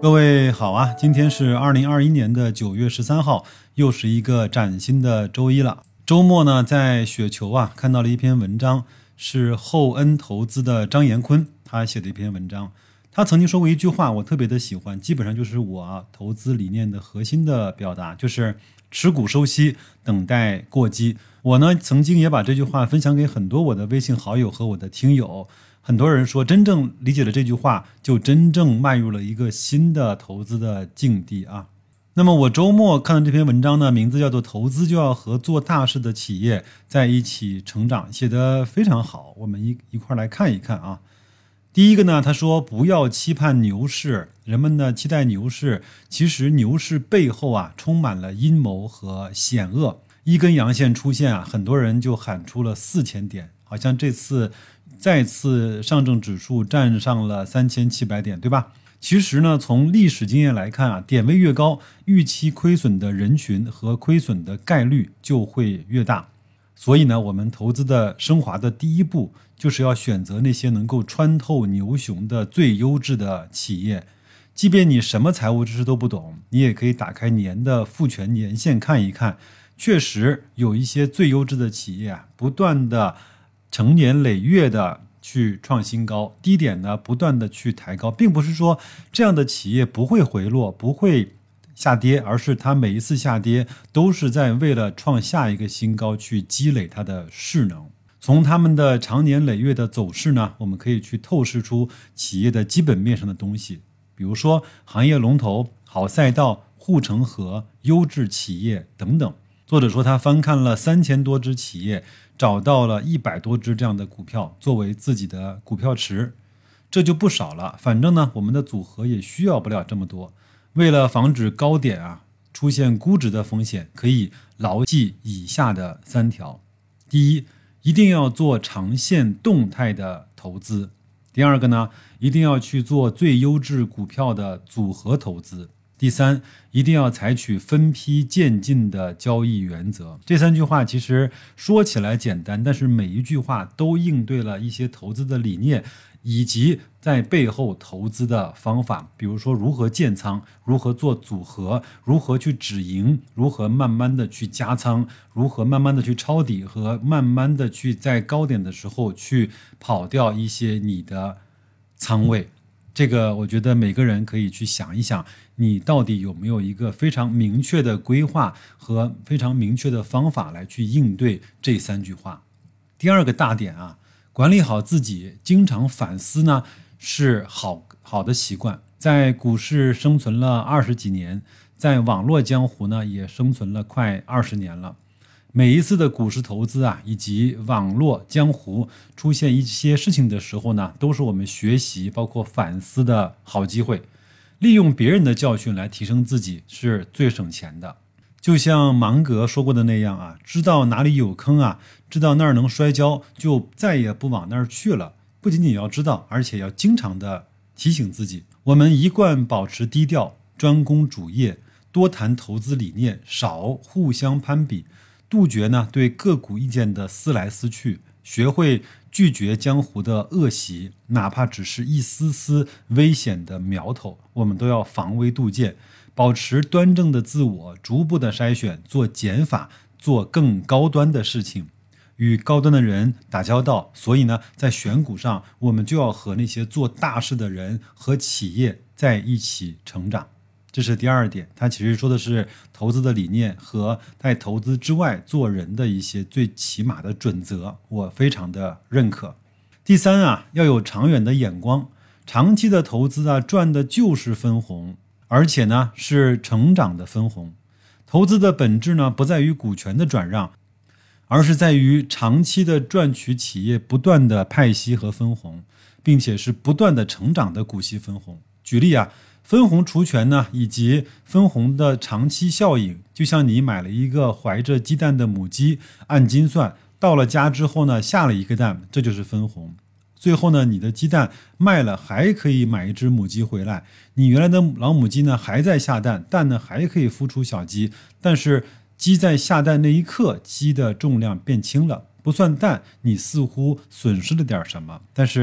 各位好啊，今天是2021年的9月13号，又是一个崭新的周一了。周末呢，在雪球看到了一篇文章，是厚恩投资的张延坤他写的一篇文章。他曾经说过一句话，我特别的喜欢，基本上就是我投资理念的核心的表达，就是持股收息，等待过激。我呢，曾经也把这句话分享给很多我的微信好友和我的听友。很多人说，真正理解了这句话，就真正迈入了一个新的投资的境地啊。那么我周末看到这篇文章呢，名字叫做《投资就要和做大事的企业在一起成长》，写得非常好，我们一块来看一看啊。第一个呢，他说不要期盼牛市，人们呢期待牛市，其实牛市背后充满了阴谋和险恶。一根阳线出现很多人就喊出了4000点，好像这次再次上证指数站上了3700点，对吧？其实呢，从历史经验来看点位越高，预期亏损的人群和亏损的概率就会越大。所以呢，我们投资的升华的第一步，就是要选择那些能够穿透牛熊的最优质的企业。即便你什么财务知识都不懂，你也可以打开年的复权年限看一看，确实有一些最优质的企业不断的成年累月的去创新高，低点呢不断的去抬高，并不是说这样的企业不会回落，不会下跌，而是它每一次下跌都是在为了创下一个新高去积累它的势能。从他们的长年累月的走势呢，我们可以去透视出企业的基本面上的东西，比如说行业龙头、好赛道、护城河、优质企业等等。作者说他翻看了3000多只企业，找到了100多只这样的股票作为自己的股票池，这就不少了。反正呢，我们的组合也需要不了这么多。为了防止高点出现估值的风险，可以牢记以下的3条。第一，一定要做长线动态的投资。第二个呢，一定要去做最优质股票的组合投资。第三，一定要采取分批渐进的交易原则。这3句话其实说起来简单，但是每一句话都应对了一些投资的理念，以及在背后投资的方法，比如说如何建仓，如何做组合，如何去止盈，如何慢慢的去加仓，如何慢慢的去抄底，和慢慢的去在高点的时候去跑掉一些你的仓位。这个我觉得每个人可以去想一想，你到底有没有一个非常明确的规划和非常明确的方法来去应对这3句话。第二个大点管理好自己，经常反思呢是好的习惯。在股市生存了20几年，在网络江湖呢也生存了快20年了。每一次的股市投资以及网络江湖出现一些事情的时候呢，都是我们学习包括反思的好机会。利用别人的教训来提升自己是最省钱的。就像芒格说过的那样知道哪里有坑知道那儿能摔跤，就再也不往那儿去了。不仅仅要知道，而且要经常的提醒自己。我们一贯保持低调，专攻主业，多谈投资理念，少互相攀比，杜绝呢对个股意见的思来思去，学会拒绝江湖的恶习，哪怕只是一丝丝危险的苗头，我们都要防微杜渐，保持端正的自我，逐步的筛选，做减法，做更高端的事情，与高端的人打交道。所以呢，在选股上，我们就要和那些做大事的人和企业在一起成长。这是第二点，它其实说的是投资的理念和在投资之外做人的一些最起码的准则，我非常的认可。第三要有长远的眼光，长期的投资赚的就是分红，而且呢是成长的分红。投资的本质呢不在于股权的转让，而是在于长期的赚取企业不断的派息和分红，并且是不断的成长的股息分红。举例分红除权呢，以及分红的长期效应，就像你买了一个怀着鸡蛋的母鸡，按斤算，到了家之后呢，下了一个蛋，这就是分红。最后呢，你的鸡蛋卖了，还可以买一只母鸡回来，你原来的老母鸡呢还在下蛋，蛋呢还可以孵出小鸡，但是鸡在下蛋那一刻，鸡的重量变轻了，不算蛋，你似乎损失了点什么，但是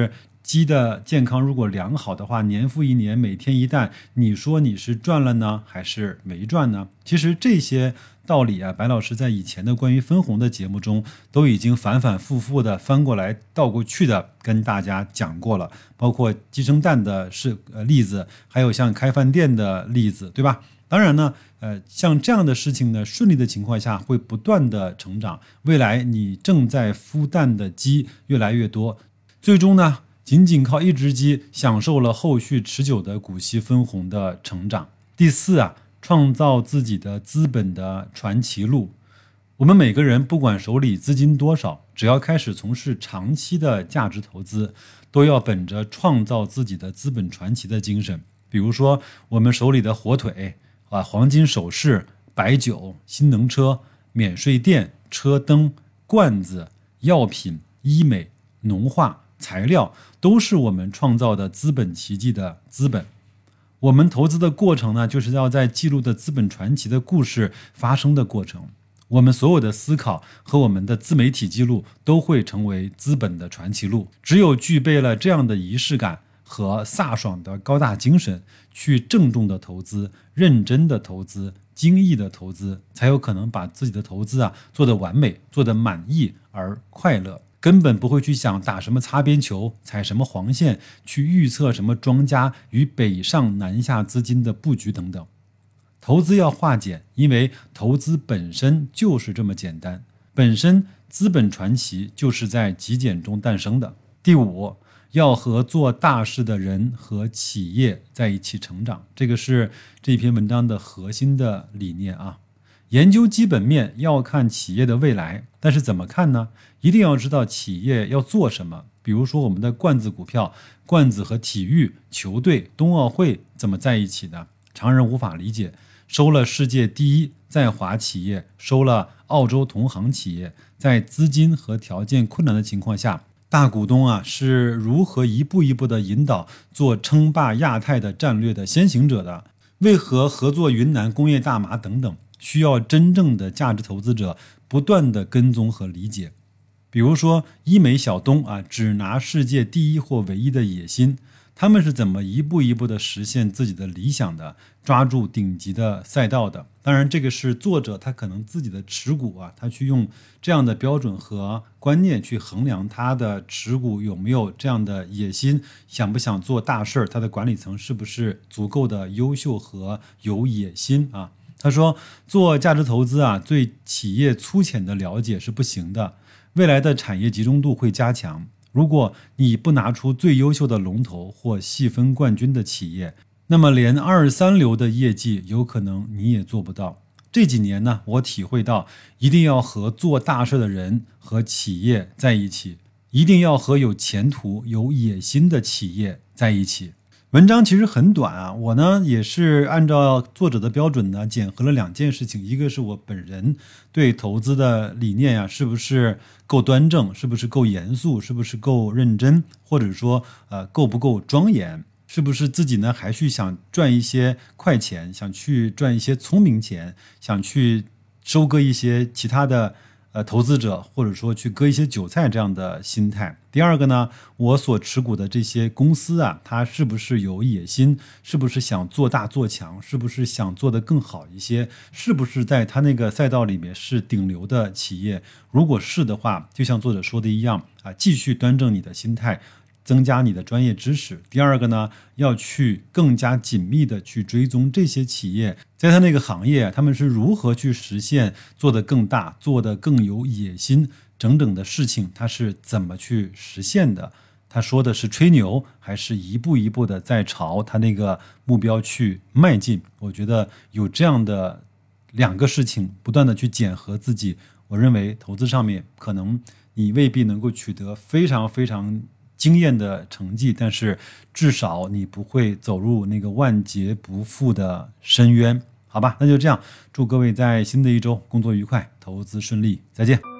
鸡的健康如果良好的话，年复一年，每天一蛋，你说你是赚了呢，还是没赚呢？其实这些道理啊，白老师在以前的关于分红的节目中都已经反反复复的翻过来倒过去的跟大家讲过了，包括鸡生蛋的例子，还有像开饭店的例子，对吧？当然呢，像这样的事情呢，顺利的情况下会不断的成长，未来你正在孵蛋的鸡越来越多，最终呢，仅仅靠一只鸡享受了后续持久的股息分红的成长。第四啊，创造自己的资本的传奇路。我们每个人不管手里资金多少，只要开始从事长期的价值投资，都要本着创造自己的资本传奇的精神。比如说我们手里的火腿黄金首饰、白酒、新能车、免税店、车灯、罐子、药品、医美、农化、材料，都是我们创造的资本奇迹的资本。我们投资的过程呢，就是要在记录的资本传奇的故事发生的过程。我们所有的思考和我们的自媒体记录都会成为资本的传奇录。只有具备了这样的仪式感和飒爽的高大精神，去郑重的投资、认真的投资、精益的投资，才有可能把自己的投资做得完美、做得满意而快乐。根本不会去想打什么擦边球、踩什么黄线，去预测什么庄家与北上南下资金的布局等等。投资要化简，因为投资本身就是这么简单，本身资本传奇就是在极简中诞生的。第五，要和做大事的人和企业在一起成长，这个是这篇文章的核心的理念啊。研究基本面要看企业的未来，但是怎么看呢？一定要知道企业要做什么。比如说我们的罐子股票，罐子和体育、球队、冬奥会怎么在一起的？常人无法理解。收了世界第一在华企业，收了澳洲同行企业，在资金和条件困难的情况下，大股东是如何一步一步的引导做称霸亚太的战略的先行者的？为何合作云南工业大麻等等？需要真正的价值投资者不断的跟踪和理解。比如说医美小东只拿世界第一或唯一的野心，他们是怎么一步一步的实现自己的理想的，抓住顶级的赛道的。当然这个是作者他可能自己的持股他去用这样的标准和观念去衡量他的持股有没有这样的野心，想不想做大事，他的管理层是不是足够的优秀和有野心他说做价值投资对企业粗浅的了解是不行的，未来的产业集中度会加强。如果你不拿出最优秀的龙头或细分冠军的企业，那么连2、3流的业绩有可能你也做不到。这几年呢，我体会到一定要和做大事的人和企业在一起，一定要和有前途、有野心的企业在一起。文章其实很短我呢也是按照作者的标准呢检核了2件事情，一个是我本人对投资的理念是不是够端正，是不是够严肃，是不是够认真，或者说够不够庄严，是不是自己呢还去想赚一些快钱，想去赚一些聪明钱，想去收割一些其他的投资者，或者说去割一些韭菜这样的心态。第二个呢，我所持股的这些公司它是不是有野心，是不是想做大做强，是不是想做得更好一些，是不是在它那个赛道里面是顶流的企业。如果是的话，就像作者说的一样继续端正你的心态，增加你的专业知识。第二个呢，要去更加紧密的去追踪这些企业在他那个行业他们是如何去实现做得更大，做得更有野心，整整的事情他是怎么去实现的。他说的是吹牛，还是一步一步的在朝他那个目标去迈进。我觉得有这样的2个事情不断的去检核自己，我认为投资上面可能你未必能够取得非常非常惊艳的成绩，但是至少你不会走入那个万劫不复的深渊。好吧，那就这样，祝各位在新的一周工作愉快，投资顺利，再见。